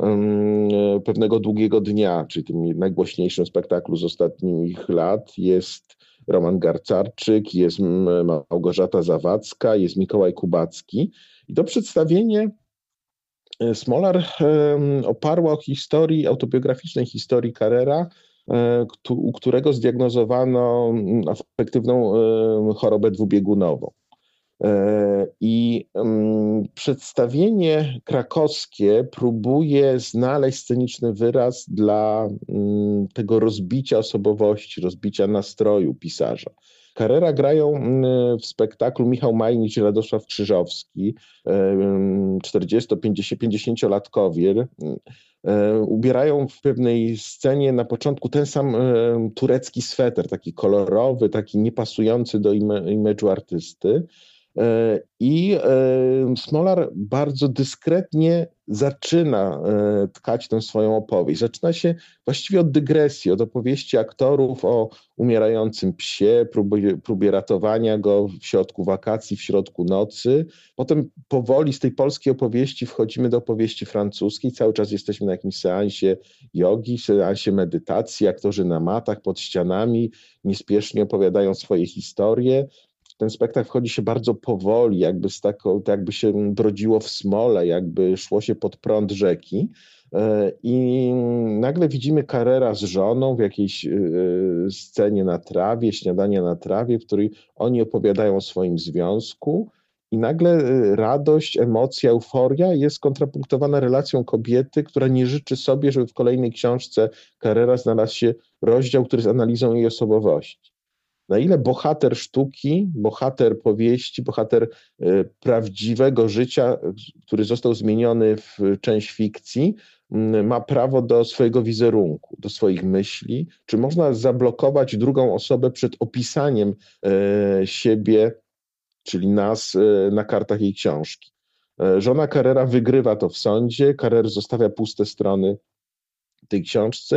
Pewnego długiego dnia, czyli tym najgłośniejszym spektaklu z ostatnich lat, jest Roman Garcarczyk, jest Małgorzata Zawadzka, jest Mikołaj Kubacki. I to przedstawienie Smolar oparła o historii, autobiograficznej historii Carrera, u którego zdiagnozowano afektywną chorobę dwubiegunową. I przedstawienie krakowskie próbuje znaleźć sceniczny wyraz dla tego rozbicia osobowości, rozbicia nastroju pisarza. Carrera grają w spektaklu Michał Majnicz i Radosław Krzyżowski, czterdziesto-pięćdziesięciolatkowie. Ubierają w pewnej scenie na początku ten sam turecki sweter, taki kolorowy, taki niepasujący do imidżu artysty. I Smolar bardzo dyskretnie zaczyna tkać tę swoją opowieść. Zaczyna się właściwie od dygresji, od opowieści aktorów o umierającym psie, próbie, próbie ratowania go w środku wakacji, w środku nocy. Potem powoli z tej polskiej opowieści wchodzimy do opowieści francuskiej. Cały czas jesteśmy na jakimś seansie jogi, seansie medytacji. Aktorzy na matach, pod ścianami niespiesznie opowiadają swoje historie. Ten spektakl wchodzi się bardzo powoli, jakby, z taką, jakby się brodziło w smole, jakby szło się pod prąd rzeki. I nagle widzimy Carrera z żoną w jakiejś scenie na trawie, śniadanie na trawie, w której oni opowiadają o swoim związku. I nagle radość, emocja, euforia jest kontrapunktowana relacją kobiety, która nie życzy sobie, żeby w kolejnej książce Carrera znalazł się rozdział, który jest analizą jej osobowości. Na ile bohater sztuki, bohater powieści, bohater y, prawdziwego życia, który został zmieniony w część fikcji, y, ma prawo do swojego wizerunku, do swoich myśli? Czy można zablokować drugą osobę przed opisaniem y, siebie, czyli nas, y, na kartach jej książki? Y, żona Carrera wygrywa to w sądzie, Carrer zostawia puste strony tej książce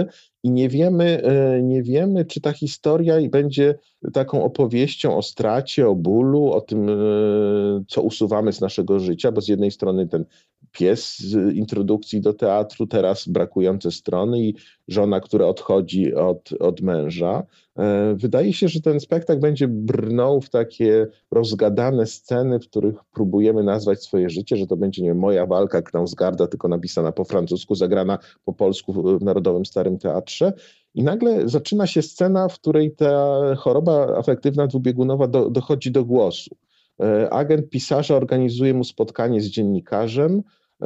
i nie wiemy, nie wiemy, czy ta historia będzie taką opowieścią o stracie, o bólu, o tym, co usuwamy z naszego życia, bo z jednej strony ten pies z introdukcji do teatru, teraz brakujące strony i żona, która odchodzi od, od męża. Wydaje się, że ten spektakl będzie brnął w takie rozgadane sceny, w których próbujemy nazwać swoje życie, że to będzie, nie wiem, moja walka Knausgarda, tylko napisana po francusku, zagrana po polsku w Narodowym Starym Teatrze. I nagle zaczyna się scena, w której ta choroba afektywna dwubiegunowa do, dochodzi do głosu. Agent pisarza organizuje mu spotkanie z dziennikarzem,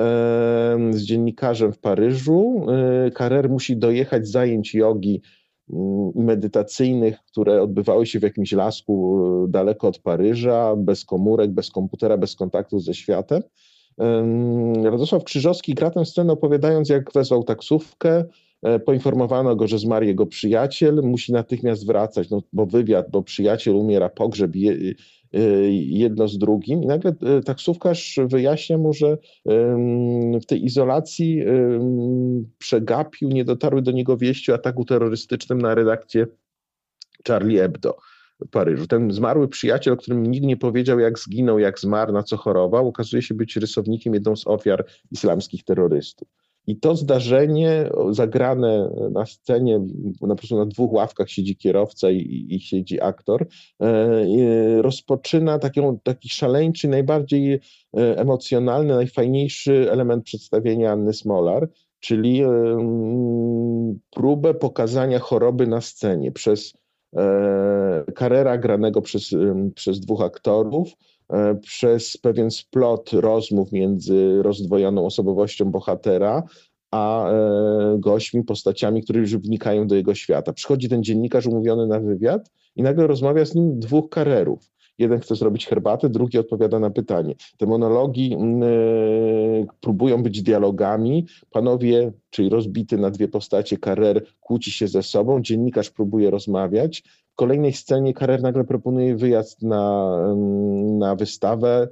z dziennikarzem w Paryżu. Carrère musi dojechać z zajęć jogi i medytacyjnych, które odbywały się w jakimś lasku daleko od Paryża, bez komórek, bez komputera, bez kontaktu ze światem. Radosław Krzyżowski gra tę scenę, opowiadając, jak wezwał taksówkę, poinformowano go, że zmarł jego przyjaciel, musi natychmiast wracać, no, bo wywiad, bo przyjaciel umiera, pogrzeb, je, jedno z drugim. I nagle taksówkarz wyjaśnia mu, że w tej izolacji przegapił, nie dotarły do niego wieści o ataku terrorystycznym na redakcję Charlie Hebdo w Paryżu. Ten zmarły przyjaciel, o którym nikt nie powiedział, jak zginął, jak zmarł, na co chorował, okazuje się być rysownikiem, jedną z ofiar islamskich terrorystów. I to zdarzenie zagrane na scenie, po prostu na dwóch ławkach siedzi kierowca i, i siedzi aktor, e, rozpoczyna taką, taki szaleńczy, najbardziej emocjonalny, najfajniejszy element przedstawienia Anny Smolar, czyli e, próbę pokazania choroby na scenie przez e, Carrera granego przez, przez dwóch aktorów, przez pewien splot rozmów między rozdwojoną osobowością bohatera a gośćmi, postaciami, które już wnikają do jego świata. Przychodzi ten dziennikarz umówiony na wywiad i nagle rozmawia z nim dwóch Carrerów. Jeden chce zrobić herbatę, drugi odpowiada na pytanie. Te monologi yy, próbują być dialogami. Panowie, czyli rozbity na dwie postacie, Carrer kłóci się ze sobą, dziennikarz próbuje rozmawiać. W kolejnej scenie Carrer nagle proponuje wyjazd na, na wystawę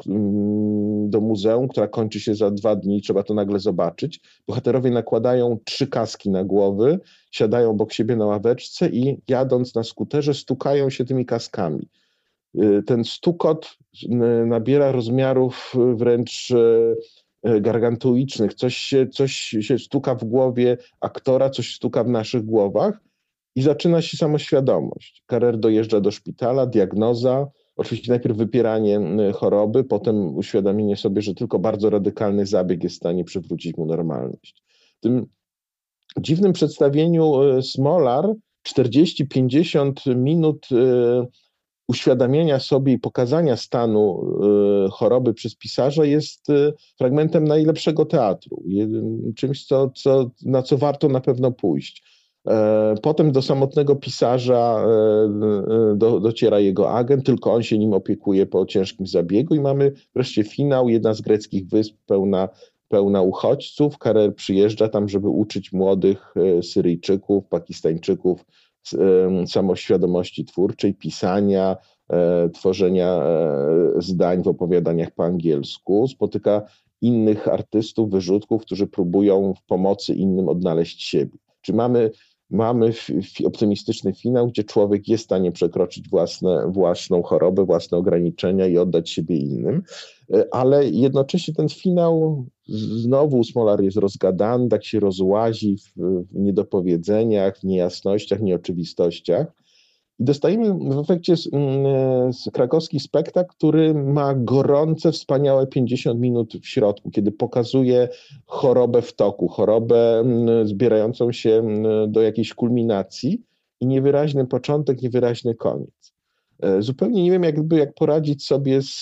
do muzeum, która kończy się za dwa dni, trzeba to nagle zobaczyć. Bohaterowie nakładają trzy kaski na głowy, siadają obok siebie na ławeczce i jadąc na skuterze stukają się tymi kaskami. Ten stukot nabiera rozmiarów wręcz gargantuicznych. Coś się, coś się stuka w głowie aktora, coś stuka w naszych głowach i zaczyna się samoświadomość. Carrer dojeżdża do szpitala, diagnoza, oczywiście najpierw wypieranie choroby, potem uświadomienie sobie, że tylko bardzo radykalny zabieg jest w stanie przywrócić mu normalność. W tym dziwnym przedstawieniu Smolar czterdzieści pięćdziesiąt minut uświadamiania sobie i pokazania stanu y, choroby przez pisarza jest y, fragmentem najlepszego teatru, y, czymś, co, co, na co warto na pewno pójść. E, potem do samotnego pisarza e, do, dociera jego agent, tylko on się nim opiekuje po ciężkim zabiegu i mamy wreszcie finał, jedna z greckich wysp pełna, pełna uchodźców. Carrer przyjeżdża tam, żeby uczyć młodych e, Syryjczyków, Pakistańczyków samoświadomości twórczej, pisania, e, tworzenia e, zdań w opowiadaniach po angielsku. Spotyka innych artystów, wyrzutków, którzy próbują w pomocy innym odnaleźć siebie. Czy mamy, mamy f, f, optymistyczny finał, gdzie człowiek jest w stanie przekroczyć własne, własną chorobę, własne ograniczenia i oddać siebie innym, ale jednocześnie ten finał znowu Smolar jest rozgadany, tak się rozłazi w, w niedopowiedzeniach, w niejasnościach, nieoczywistościach. I dostajemy w efekcie z, z krakowski spektakl, który ma gorące, wspaniałe pięćdziesiąt minut w środku, kiedy pokazuje chorobę w toku, chorobę zbierającą się do jakiejś kulminacji i niewyraźny początek, niewyraźny koniec. Zupełnie nie wiem, jakby, jak poradzić sobie z,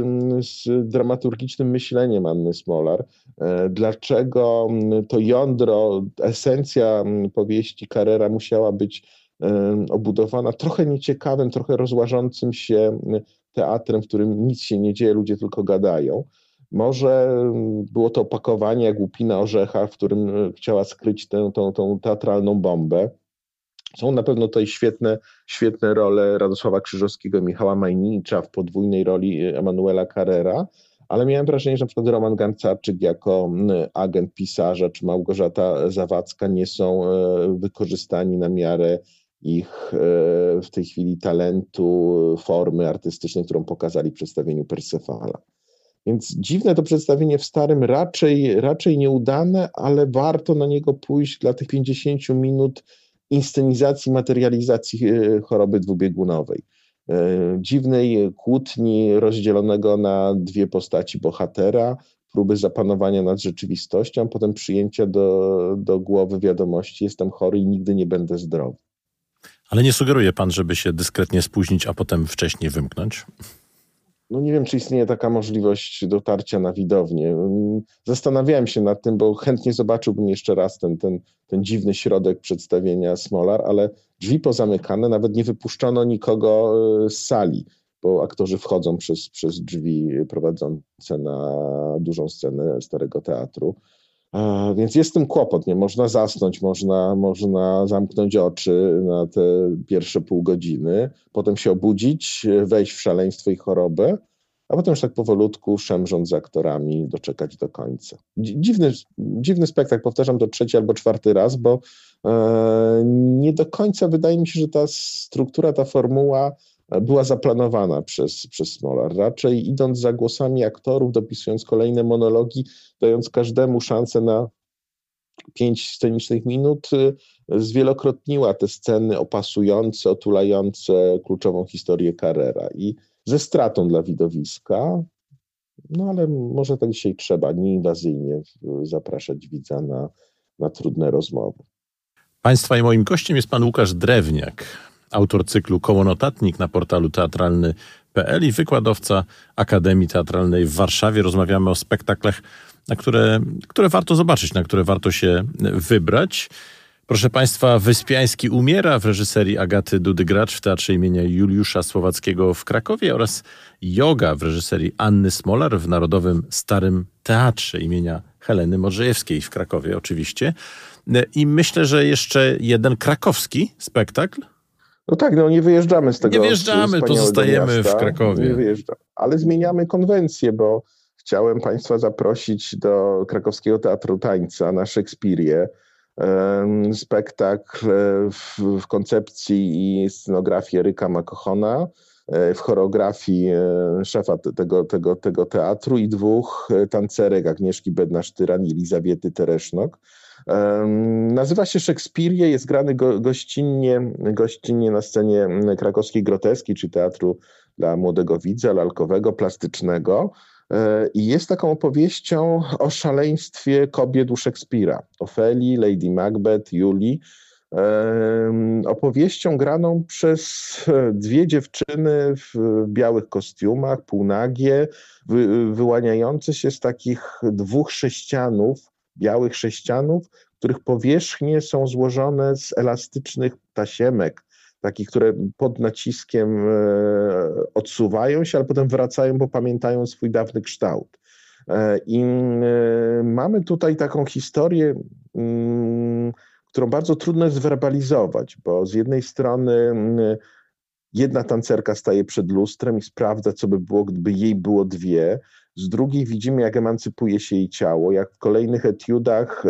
z dramaturgicznym myśleniem Anny Smolar. Dlaczego to jądro, esencja powieści Carrera musiała być obudowana trochę nieciekawym, trochę rozłażącym się teatrem, w którym nic się nie dzieje, ludzie tylko gadają. Może było to opakowanie jak łupina orzecha, w którym chciała skryć tę, tą, tą teatralną bombę. Są na pewno tutaj świetne, świetne role Radosława Krzyżowskiego, Michała Majnicza w podwójnej roli Emanuela Carrera, ale miałem wrażenie, że na przykład Roman Gancarczyk jako agent pisarza, czy Małgorzata Zawadzka nie są wykorzystani na miarę ich w tej chwili talentu, formy artystycznej, którą pokazali w przedstawieniu Persefala. Więc dziwne to przedstawienie w Starym, raczej, raczej nieudane, ale warto na niego pójść dla tych pięćdziesięciu minut inscenizacji, materializacji choroby dwubiegunowej. Dziwnej kłótni rozdzielonego na dwie postaci bohatera, próby zapanowania nad rzeczywistością, potem przyjęcia do, do głowy wiadomości: jestem chory i nigdy nie będę zdrowy. Ale nie sugeruje pan, żeby się dyskretnie spóźnić, a potem wcześniej wymknąć? No nie wiem, czy istnieje taka możliwość dotarcia na widownię. Zastanawiałem się nad tym, bo chętnie zobaczyłbym jeszcze raz ten, ten, ten dziwny środek przedstawienia Smolar, ale drzwi pozamykane, nawet nie wypuszczono nikogo z sali, bo aktorzy wchodzą przez, przez drzwi prowadzące na dużą scenę Starego Teatru. Więc jest z tym kłopot, nie? Można zasnąć, można, można zamknąć oczy na te pierwsze pół godziny, potem się obudzić, wejść w szaleństwo i chorobę, a potem już tak powolutku, szemrząc z aktorami, doczekać do końca. Dziwny, dziwny spektakl, powtarzam to trzeci albo czwarty raz, bo e, nie do końca wydaje mi się, że ta struktura, ta formuła była zaplanowana przez, przez Smolar. Raczej idąc za głosami aktorów, dopisując kolejne monologi, dając każdemu szansę na pięć scenicznych minut, zwielokrotniła te sceny opasujące, otulające kluczową historię Carrera. I ze stratą dla widowiska, no ale może tak dzisiaj trzeba, nieinwazyjnie zapraszać widza na, na trudne rozmowy. Państwa i moim gościem jest pan Łukasz Drewniak, autor cyklu Kołonotatnik na portalu teatralny kropka p l i wykładowca Akademii Teatralnej w Warszawie. Rozmawiamy o spektaklach, na które, które warto zobaczyć, na które warto się wybrać. Proszę państwa, Wyspiański umiera w reżyserii Agaty Dudy-Gracz w Teatrze imienia Juliusza Słowackiego w Krakowie oraz Joga w reżyserii Anny Smolar w Narodowym Starym Teatrze imienia Heleny Modrzejewskiej w Krakowie oczywiście. I myślę, że jeszcze jeden krakowski spektakl. No tak, no nie wyjeżdżamy z tego. Nie wyjeżdżamy, pozostajemy miasta, w Krakowie. Nie wyjeżdżamy, ale zmieniamy konwencję, bo chciałem państwa zaprosić do Krakowskiego Teatru Tańca na Szekspirię. Spektakl w, w koncepcji i scenografii Eryka Makochona, w choreografii szefa tego, tego, tego teatru i dwóch tancerek, Agnieszki Bednarz-Tyran i Elizabiety Teresznok. Nazywa się Szekspirie, jest grany go, gościnnie, gościnnie na scenie Krakowskiej Groteski, czy teatru dla młodego widza, lalkowego, plastycznego. I jest taką opowieścią o szaleństwie kobiet u Szekspira. Ofelii, Lady Macbeth, Julii. Opowieścią graną przez dwie dziewczyny w białych kostiumach, półnagie, wy, wyłaniające się z takich dwóch sześcianów, białych sześcianów, których powierzchnie są złożone z elastycznych tasiemek, takich, które pod naciskiem odsuwają się, ale potem wracają, bo pamiętają swój dawny kształt. I mamy tutaj taką historię, którą bardzo trudno jest zwerbalizować, bo z jednej strony jedna tancerka staje przed lustrem i sprawdza, co by było, gdyby jej było dwie. Z drugiej widzimy, jak emancypuje się jej ciało, jak w kolejnych etiudach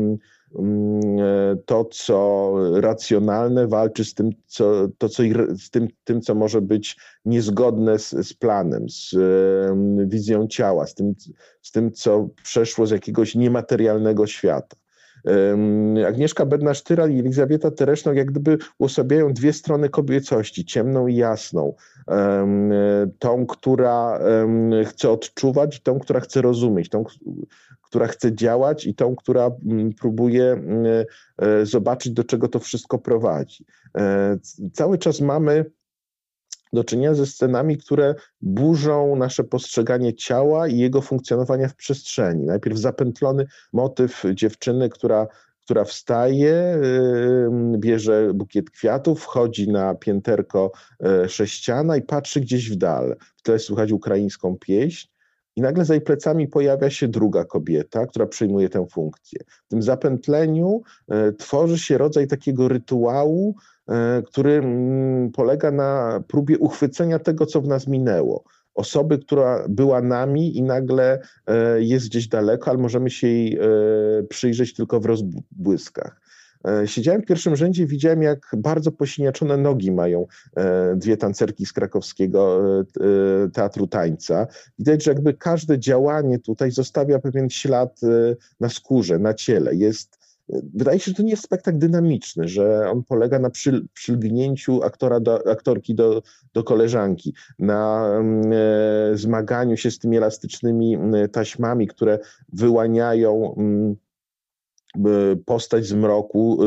to, co racjonalne, walczy z tym, co, to, co, z tym, tym, co może być niezgodne z, z planem, z um, wizją ciała, z tym, z tym, co przeszło z jakiegoś niematerialnego świata. Um, Agnieszka Bednarz-Tyran i Elizabieta Teresznok jak gdyby uosabiają dwie strony kobiecości, ciemną i jasną. Um, tą, która um, chce odczuwać, tą, która chce rozumieć, tą, która chce działać i tą, która um, próbuje um, zobaczyć, do czego to wszystko prowadzi. Um, cały czas mamy do czynienia ze scenami, które burzą nasze postrzeganie ciała i jego funkcjonowania w przestrzeni. Najpierw zapętlony motyw dziewczyny, która, która wstaje, yy, bierze bukiet kwiatów, wchodzi na pięterko yy, sześciana i patrzy gdzieś w dal. W tle słychać ukraińską pieśń i nagle za jej plecami pojawia się druga kobieta, która przejmuje tę funkcję. W tym zapętleniu yy, tworzy się rodzaj takiego rytuału, który polega na próbie uchwycenia tego, co w nas minęło. osoby, która była nami i nagle jest gdzieś daleko, ale możemy się jej przyjrzeć tylko w rozbłyskach. Siedziałem w pierwszym rzędzie, widziałem, jak bardzo posiniaczone nogi mają dwie tancerki z krakowskiego teatru tańca. Widać, że jakby każde działanie tutaj zostawia pewien ślad na skórze, na ciele. Jest, wydaje się, że to nie jest spektakl dynamiczny, że on polega na przy, przylgnięciu aktora do, aktorki do, do koleżanki, na e, zmaganiu się z tymi elastycznymi taśmami, które wyłaniają m, postać z mroku,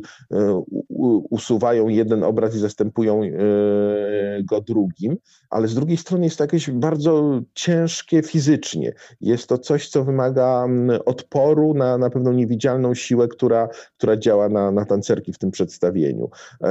usuwają jeden obraz i zastępują go drugim, ale z drugiej strony jest to jakieś bardzo ciężkie fizycznie. Jest to coś, co wymaga odporu na, na pewną niewidzialną siłę, która, która działa na, na tancerki w tym przedstawieniu.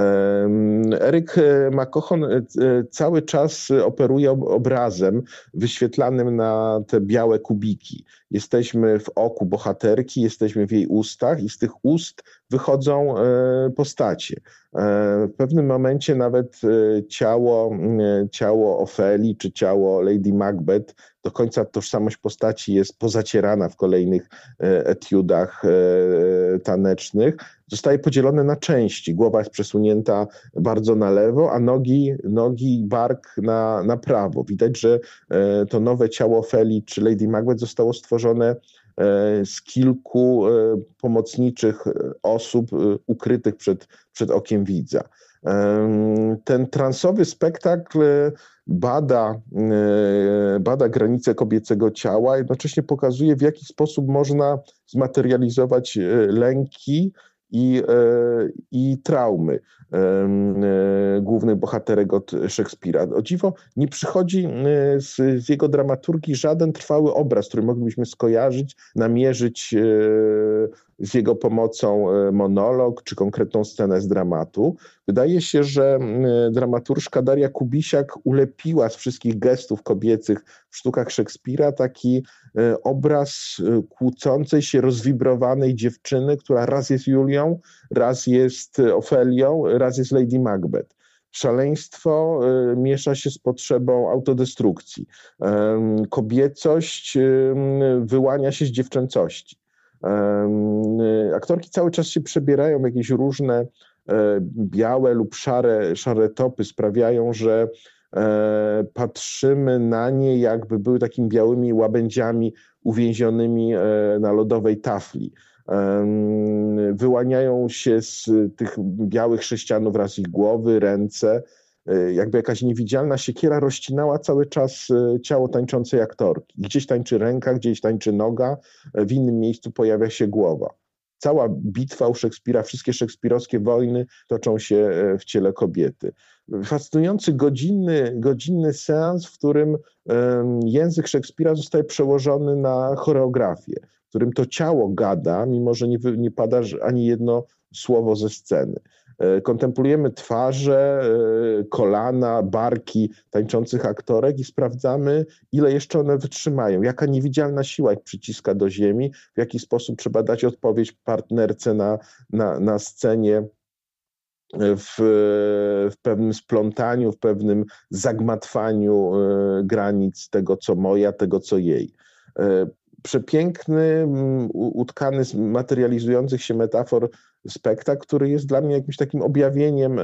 Eryk Makochon cały czas operuje obrazem wyświetlanym na te białe kubiki. Jesteśmy w oku bohaterki, jesteśmy w jej ustach i z tych ust wychodzą postacie. W pewnym momencie nawet ciało, ciało Ofeli czy ciało Lady Macbeth, do końca tożsamość postaci jest pozacierana w kolejnych etiudach tanecznych, zostaje podzielone na części. Głowa jest przesunięta bardzo na lewo, a nogi, nogi i bark na, na prawo. Widać, że to nowe ciało Ofeli czy Lady Macbeth zostało stworzone z kilku pomocniczych osób ukrytych przed, przed okiem widza. Ten transowy spektakl bada, bada granice kobiecego ciała, jednocześnie pokazuje, w jaki sposób można zmaterializować lęki i, i traumy głównych bohaterek od Szekspira. O dziwo, nie przychodzi z, z jego dramaturgii żaden trwały obraz, który moglibyśmy skojarzyć, namierzyć z jego pomocą monolog czy konkretną scenę z dramatu. Wydaje się, że dramaturżka Daria Kubisiak ulepiła z wszystkich gestów kobiecych w sztukach Szekspira taki obraz kłócącej się, rozwibrowanej dziewczyny, która raz jest Julią, raz jest Ofelią, raz jest Lady Macbeth. Szaleństwo miesza się z potrzebą autodestrukcji. Kobiecość wyłania się z dziewczęcości. Aktorki cały czas się przebierają w jakieś różne białe lub szare, szare topy, sprawiają, że patrzymy na nie, jakby były takimi białymi łabędziami uwięzionymi na lodowej tafli. Wyłaniają się z tych białych sześcianów raz ich głowy, ręce, jakby jakaś niewidzialna siekiera rozcinała cały czas ciało tańczącej aktorki. Gdzieś tańczy ręka, gdzieś tańczy noga, w innym miejscu pojawia się głowa. Cała bitwa u Szekspira, wszystkie szekspirowskie wojny toczą się w ciele kobiety. Fascynujący godzinny, godzinny seans, w którym język Szekspira zostaje przełożony na choreografię, w którym to ciało gada, mimo że nie, nie pada ani jedno słowo ze sceny. Kontemplujemy twarze, kolana, barki tańczących aktorek i sprawdzamy, ile jeszcze one wytrzymają, jaka niewidzialna siła ich przyciska do ziemi, w jaki sposób trzeba dać odpowiedź partnerce na, na, na scenie w, w pewnym splątaniu, w pewnym zagmatwaniu granic tego, co moja, tego, co jej. Przepiękny, utkany z materializujących się metafor spektakl, który jest dla mnie jakimś takim objawieniem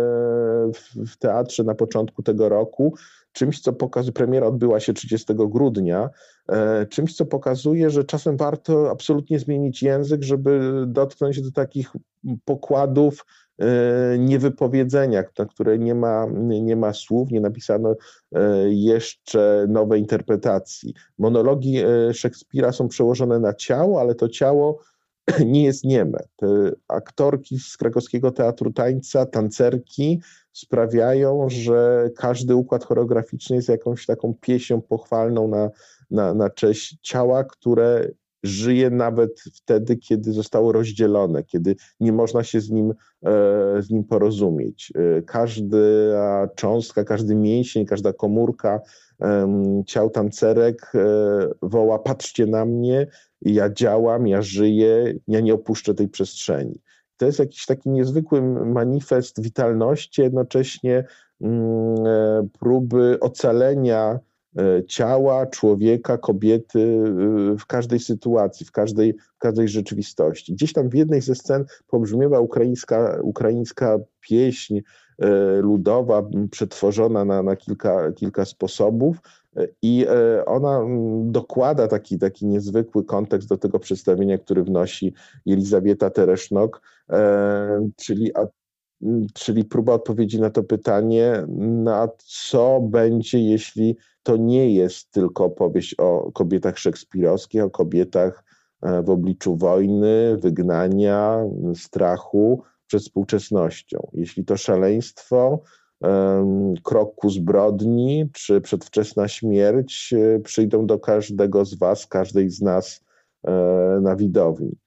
w teatrze na początku tego roku, czymś, co pokazuje, premiera odbyła się trzydziestego grudnia, czymś, co pokazuje, że czasem warto absolutnie zmienić język, żeby dotknąć do takich pokładów niewypowiedzenia, na które nie ma, nie ma słów, nie napisano jeszcze nowej interpretacji. Monologi Szekspira są przełożone na ciało, ale to ciało nie jest nieme. Te aktorki z krakowskiego teatru tańca, tancerki sprawiają, że każdy układ choreograficzny jest jakąś taką pieśnią pochwalną na, na, na cześć ciała, które żyje nawet wtedy, kiedy zostało rozdzielone, kiedy nie można się z nim, z nim porozumieć. Każda cząstka, każdy mięsień, każda komórka ciał tancerek woła: patrzcie na mnie, ja działam, ja żyję, ja nie opuszczę tej przestrzeni. To jest jakiś taki niezwykły manifest witalności, jednocześnie próby ocalenia ciała, człowieka, kobiety w każdej sytuacji, w każdej, w każdej rzeczywistości. Gdzieś tam w jednej ze scen pobrzmiewa ukraińska, ukraińska pieśń ludowa, przetworzona na, na kilka, kilka sposobów, i ona dokłada taki, taki niezwykły kontekst do tego przedstawienia, który wnosi Jelizawieta Teresznok, czyli, czyli próba odpowiedzi na to pytanie, na co będzie, jeśli to nie jest tylko opowieść o kobietach szekspirowskich, o kobietach w obliczu wojny, wygnania, strachu przed współczesnością. Jeśli to szaleństwo, krok ku zbrodni czy przedwczesna śmierć przyjdą do każdego z was, każdej z nas na widowni.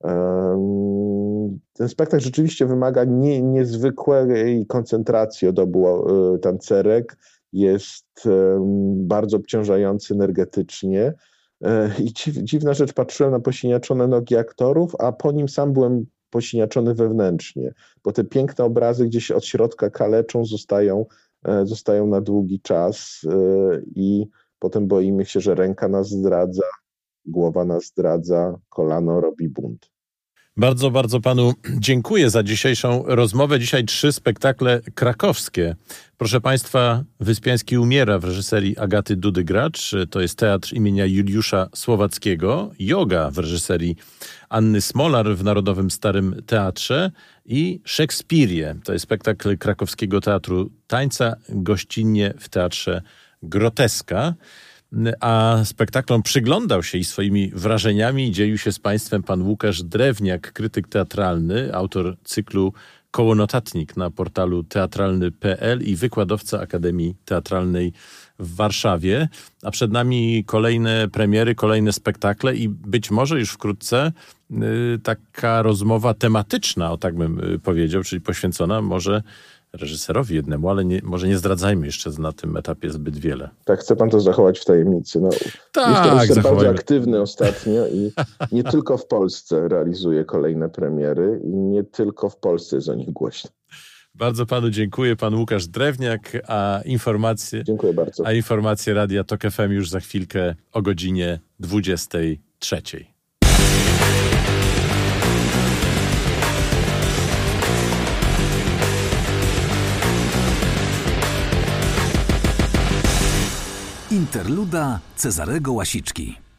Ten spektakl rzeczywiście wymaga nie, niezwykłej koncentracji od obu tancerek, jest bardzo obciążający energetycznie i dziwna rzecz, patrzyłem na posiniaczone nogi aktorów, a po nim sam byłem posiniaczony wewnętrznie, bo te piękne obrazy gdzieś od środka kaleczą, zostają, zostają na długi czas i potem boimy się, że ręka nas zdradza, głowa nas zdradza, kolano robi bunt. Bardzo, bardzo panu dziękuję za dzisiejszą rozmowę. Dzisiaj trzy spektakle krakowskie. Proszę państwa, Wyspiański umiera w reżyserii Agaty Dudy-Gracz. To jest teatr imienia Juliusza Słowackiego. Joga w reżyserii Anny Smolar w Narodowym Starym Teatrze. I Szekspirie. To jest spektakl Krakowskiego Teatru Tańca, gościnnie w Teatrze Groteska. A spektaklom przyglądał się i swoimi wrażeniami dzielił się z państwem pan Łukasz Drewniak, krytyk teatralny, autor cyklu Kołonotatnik na portalu teatralny kropka p l i wykładowca Akademii Teatralnej w Warszawie. A przed nami kolejne premiery, kolejne spektakle i być może już wkrótce y, taka rozmowa tematyczna, o tak bym powiedział, czyli poświęcona może reżyserowi jednemu, ale nie, może nie zdradzajmy jeszcze na tym etapie zbyt wiele. Tak, chce pan to zachować w tajemnicy. No, tak, jest to reżyser zachowajmy. Bardzo aktywny ostatnio i nie tylko w Polsce realizuje kolejne premiery i nie tylko w Polsce jest o nich głośno. Bardzo panu dziękuję, pan Łukasz Drewniak, a informacje, Dziękuję bardzo. A informacje Radia Tok F M już za chwilkę o godzinie dwudziestej trzeciej. Interluda Cezarego Łasiczki.